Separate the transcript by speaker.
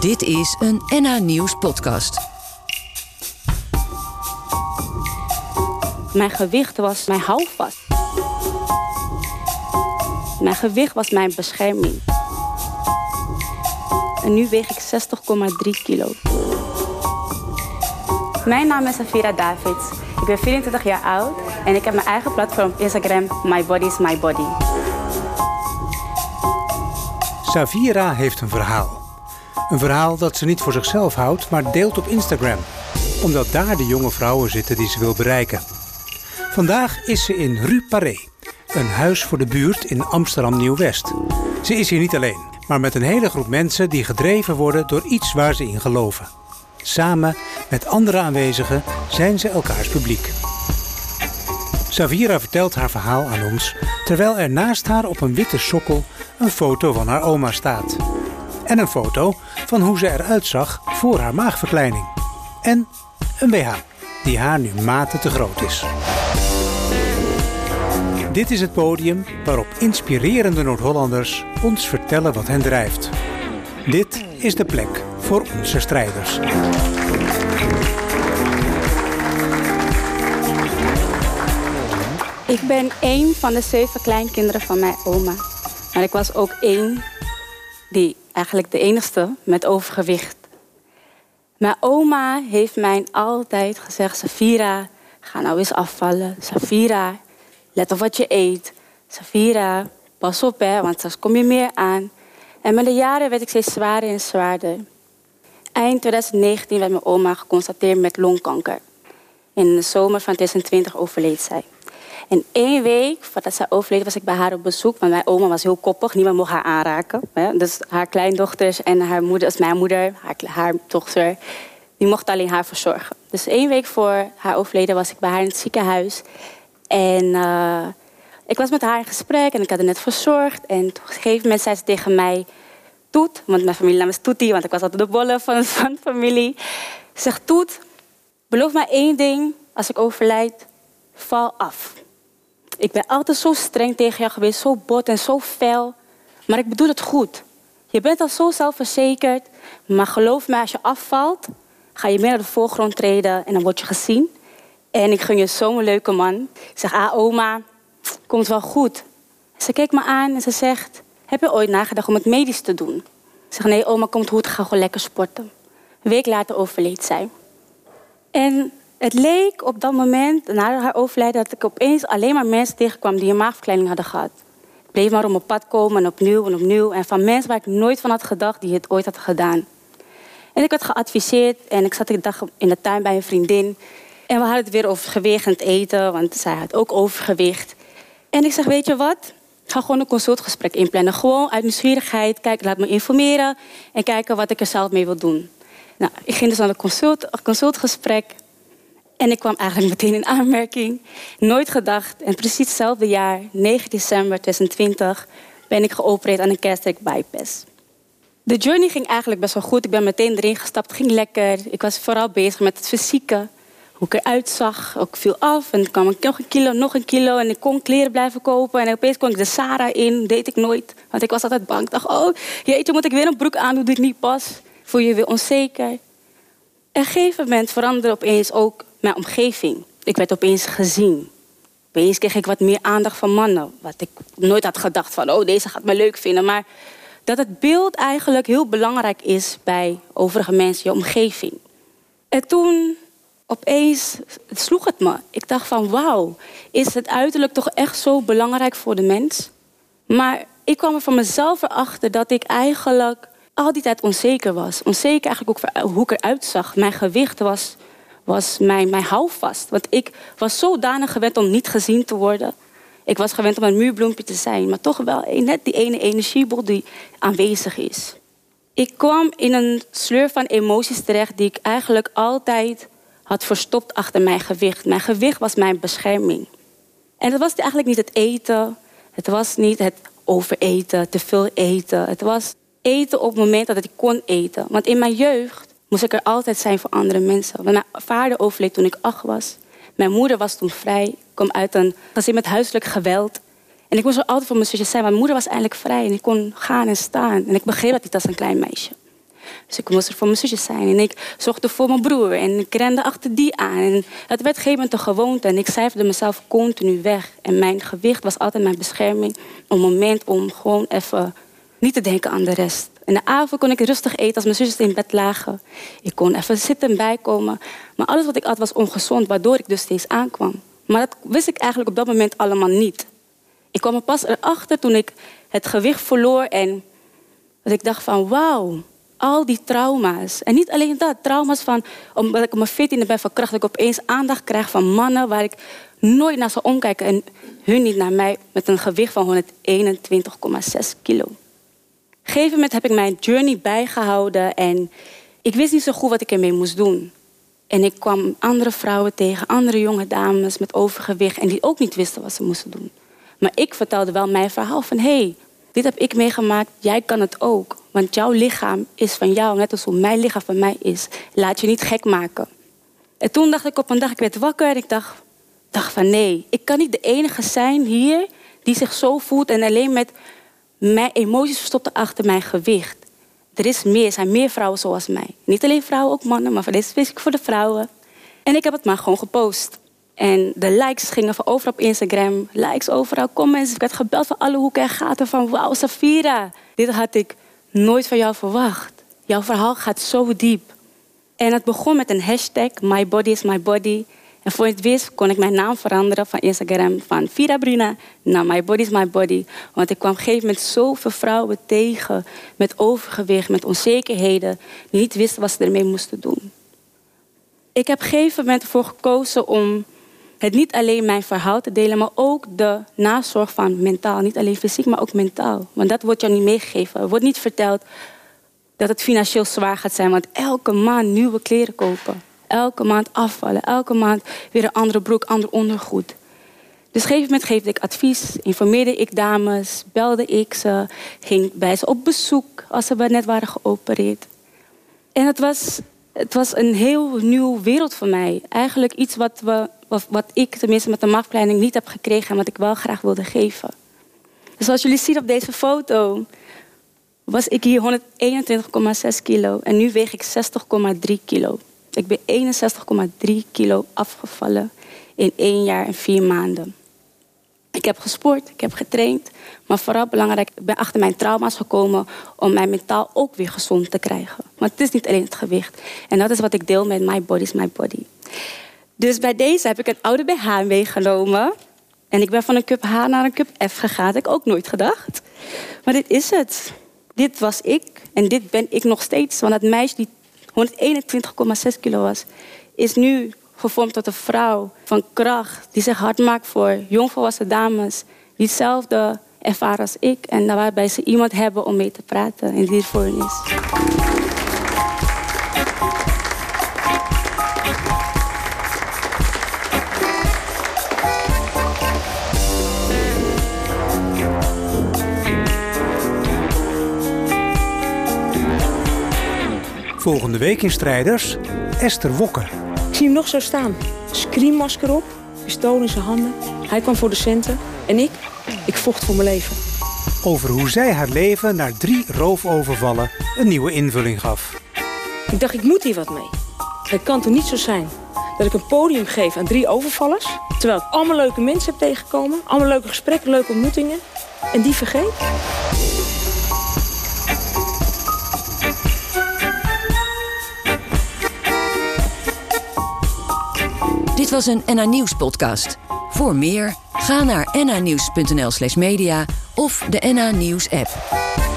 Speaker 1: Dit is een NH Nieuws podcast.
Speaker 2: Mijn gewicht was mijn houvast. Mijn gewicht was mijn bescherming. En nu weeg ik 60,3 kilo. Mijn naam is Safira Davids. Ik ben 24 jaar oud en ik heb mijn eigen platform op Instagram, My Body is My Body.
Speaker 3: Safira heeft een verhaal. Een verhaal dat ze niet voor zichzelf houdt, maar deelt op Instagram. Omdat daar de jonge vrouwen zitten die ze wil bereiken. Vandaag is ze in Rue Paré, een huis voor de buurt in Amsterdam Nieuw-West. Ze is hier niet alleen, maar met een hele groep mensen die gedreven worden door iets waar ze in geloven. Samen met andere aanwezigen zijn ze elkaars publiek. Safira vertelt haar verhaal aan ons, terwijl er naast haar op een witte sokkel een foto van haar oma staat. En een foto van hoe ze eruit zag voor haar maagverkleining. En een BH, die haar nu maten te groot is. Dit is het podium waarop inspirerende Noord-Hollanders ons vertellen wat hen drijft. Dit is de plek voor onze strijders.
Speaker 2: Ik ben één van de 7 kleinkinderen van mijn oma. Maar ik was ook eigenlijk de enigste met overgewicht. Mijn oma heeft mij altijd gezegd: Safira, ga nou eens afvallen. Safira, let op wat je eet. Safira, pas op hè, want straks kom je meer aan. En met de jaren werd ik steeds zwaarder en zwaarder. Eind 2019 werd mijn oma geconstateerd met longkanker. In de zomer van 2020 overleed zij. En 1 week voordat zij overleed was ik bij haar op bezoek. Want mijn oma was heel koppig, niemand mocht haar aanraken. Dus haar kleindochters en haar moeder, dus mijn moeder, haar dochter, die mochten alleen haar verzorgen. Dus 1 week voor haar overleden was ik bij haar in het ziekenhuis. En ik was met haar in gesprek en ik had haar net verzorgd. En op een gegeven moment zei ze tegen mij: Toet, want mijn familienaam is Toetie, want ik was altijd de bolle van de familie. Ze zegt: Toet, beloof mij 1 ding, als ik overlijd, val af. Ik ben altijd zo streng tegen jou geweest, zo bot en zo fel. Maar ik bedoel het goed. Je bent al zo zelfverzekerd. Maar geloof mij, als je afvalt, ga je meer naar de voorgrond treden en dan word je gezien. En ik gun je zo'n leuke man. Ik zeg: oma, komt wel goed. Ze keek me aan en ze zegt: heb je ooit nagedacht om het medisch te doen? Ik zeg: nee oma, komt goed, ga gewoon lekker sporten. Een week later overleed zij. En het leek op dat moment, na haar overlijden, dat ik opeens alleen maar mensen tegenkwam die een maagverkleining hadden gehad. Ik bleef maar op mijn pad komen en opnieuw en opnieuw. En van mensen waar ik nooit van had gedacht, die het ooit had gedaan. En ik werd geadviseerd en ik zat een dag in de tuin bij een vriendin. En we hadden het weer over gewicht en het eten, want zij had ook overgewicht. En ik zeg: weet je wat? Ik ga gewoon een consultgesprek inplannen. Gewoon uit nieuwsgierigheid. Kijk, laat me informeren en kijken wat ik er zelf mee wil doen. Nou, ik ging dus naar een consultgesprek. En ik kwam eigenlijk meteen in aanmerking. Nooit gedacht. En precies hetzelfde jaar, 9 december 2020... ben ik geopereerd aan een gastric bypass. De journey ging eigenlijk best wel goed. Ik ben meteen erin gestapt. Het ging lekker. Ik was vooral bezig met het fysieke. Hoe ik eruit zag. Ik viel af. En dan kwam ik nog een kilo. En ik kon kleren blijven kopen. En opeens kon ik de Zara in. Deed ik nooit. Want ik was altijd bang. Ik dacht: oh, jeetje, moet ik weer een broek aandoen die ik niet pas? Voel je je weer onzeker. En op een gegeven moment veranderde opeens ook mijn omgeving. Ik werd opeens gezien. Opeens kreeg ik wat meer aandacht van mannen. Wat ik nooit had gedacht van: oh, deze gaat me leuk vinden. Maar dat het beeld eigenlijk heel belangrijk is bij overige mensen, je omgeving. En toen opeens sloeg het me. Ik dacht van: wauw, is het uiterlijk toch echt zo belangrijk voor de mens? Maar ik kwam er van mezelf erachter dat ik eigenlijk al die tijd onzeker was. Onzeker eigenlijk ook voor hoe ik eruit zag. Mijn gewicht was mijn houvast. Want ik was zodanig gewend om niet gezien te worden. Ik was gewend om een muurbloempje te zijn. Maar toch wel net die ene energiebol die aanwezig is. Ik kwam in een sleur van emoties terecht die ik eigenlijk altijd had verstopt achter mijn gewicht. Mijn gewicht was mijn bescherming. En het was eigenlijk niet het eten. Het was niet het overeten, te veel eten. Het was eten op het moment dat ik kon eten. Want in mijn jeugd moest ik er altijd zijn voor andere mensen. Want mijn vader overleed toen ik 8 was. Mijn moeder was toen vrij. Ik kwam uit een gezin met huiselijk geweld. En ik moest er altijd voor mijn zusje zijn. Mijn moeder was eindelijk vrij en ik kon gaan en staan. En ik begreep dat niet als een klein meisje. Dus ik moest er voor mijn zusjes zijn. En ik zorgde voor mijn broer. En ik rende achter die aan. En het werd op een gegeven moment een gewoonte. En ik cijferde mezelf continu weg. En mijn gewicht was altijd mijn bescherming. Een moment om gewoon even niet te denken aan de rest. In de avond kon ik rustig eten als mijn zusjes in bed lagen. Ik kon even zitten en bijkomen. Maar alles wat ik at was ongezond, waardoor ik dus steeds aankwam. Maar dat wist ik eigenlijk op dat moment allemaal niet. Ik kwam er pas erachter toen ik het gewicht verloor. En dat ik dacht van wauw, al die trauma's. En niet alleen dat, trauma's van omdat ik op mijn 14e ben verkracht. Dat ik opeens aandacht krijg van mannen waar ik nooit naar zou omkijken. En hun niet naar mij met een gewicht van 121,6 kilo. Op een gegeven moment heb ik mijn journey bijgehouden. En ik wist niet zo goed wat ik ermee moest doen. En ik kwam andere vrouwen tegen, andere jonge dames met overgewicht. En die ook niet wisten wat ze moesten doen. Maar ik vertelde wel mijn verhaal van hey, dit heb ik meegemaakt, jij kan het ook. Want jouw lichaam is van jou, net als hoe mijn lichaam van mij is. Laat je niet gek maken. En toen dacht ik op een dag, ik werd wakker en ik dacht van nee, ik kan niet de enige zijn hier die zich zo voelt en alleen met mijn emoties verstopt achter mijn gewicht. Er is meer, er zijn meer vrouwen zoals mij. Niet alleen vrouwen, ook mannen, maar voor deze specifiek voor de vrouwen. En ik heb het maar gewoon gepost. En de likes gingen van overal op Instagram. Likes overal, comments. Ik werd gebeld van alle hoeken en gaten van wauw, Safira. Dit had ik nooit van jou verwacht. Jouw verhaal gaat zo diep. En het begon met een hashtag, My Body is My Body. En voor je het wist kon ik mijn naam veranderen van Instagram van Fira Bruna naar My Body is My Body. Want ik kwam op een gegeven moment zoveel vrouwen tegen met overgewicht, met onzekerheden, die niet wisten wat ze ermee moesten doen. Ik heb op een gegeven moment ervoor gekozen om het niet alleen mijn verhaal te delen, maar ook de nazorg van mentaal. Niet alleen fysiek, maar ook mentaal. Want dat wordt jou niet meegegeven. Er wordt niet verteld dat het financieel zwaar gaat zijn. Want elke maand nieuwe kleren kopen. Elke maand afvallen. Elke maand weer een andere broek, ander ondergoed. Dus op een gegeven moment geefde ik advies. Informeerde ik dames. Belde ik ze. Ging bij ze op bezoek als ze net waren geopereerd. En het was een heel nieuwe wereld voor mij. Eigenlijk iets wat ik tenminste met de maagverkleining niet heb gekregen en wat ik wel graag wilde geven. Dus zoals jullie zien op deze foto was ik hier 121,6 kilo en nu weeg ik 60,3 kilo. Ik ben 61,3 kilo afgevallen in 1 jaar en 4 maanden. Ik heb gesport, ik heb getraind, maar vooral belangrijk, ik ben achter mijn trauma's gekomen om mijn mentaal ook weer gezond te krijgen. Want het is niet alleen het gewicht. En dat is wat ik deel met My Body is My Body. Dus bij deze heb ik een oude BH meegenomen. En ik ben van een cup H naar een cup F gegaan. Dat heb ik ook nooit gedacht. Maar dit is het. Dit was ik. En dit ben ik nog steeds. Want het meisje die 121,6 kilo was, is nu gevormd tot een vrouw van kracht. Die zich hard maakt voor jongvolwassen dames. Die hetzelfde ervaren als ik. En waarbij ze iemand hebben om mee te praten. En die er voor hen is.
Speaker 3: Volgende week in Strijders, Esther Wokker.
Speaker 4: Ik zie hem nog zo staan. Screammasker op, pistool in zijn handen. Hij kwam voor de centen. En ik vocht voor mijn leven.
Speaker 3: Over hoe zij haar leven na 3 roofovervallen een nieuwe invulling gaf.
Speaker 4: Ik dacht, ik moet hier wat mee. Het kan toch niet zo zijn dat ik een podium geef aan 3 overvallers, terwijl ik allemaal leuke mensen heb tegengekomen, allemaal leuke gesprekken, leuke ontmoetingen, en die vergeet?
Speaker 1: Dit was een NA Nieuws podcast. Voor meer, ga naar nanieuws.nl/media of de NA Nieuws app.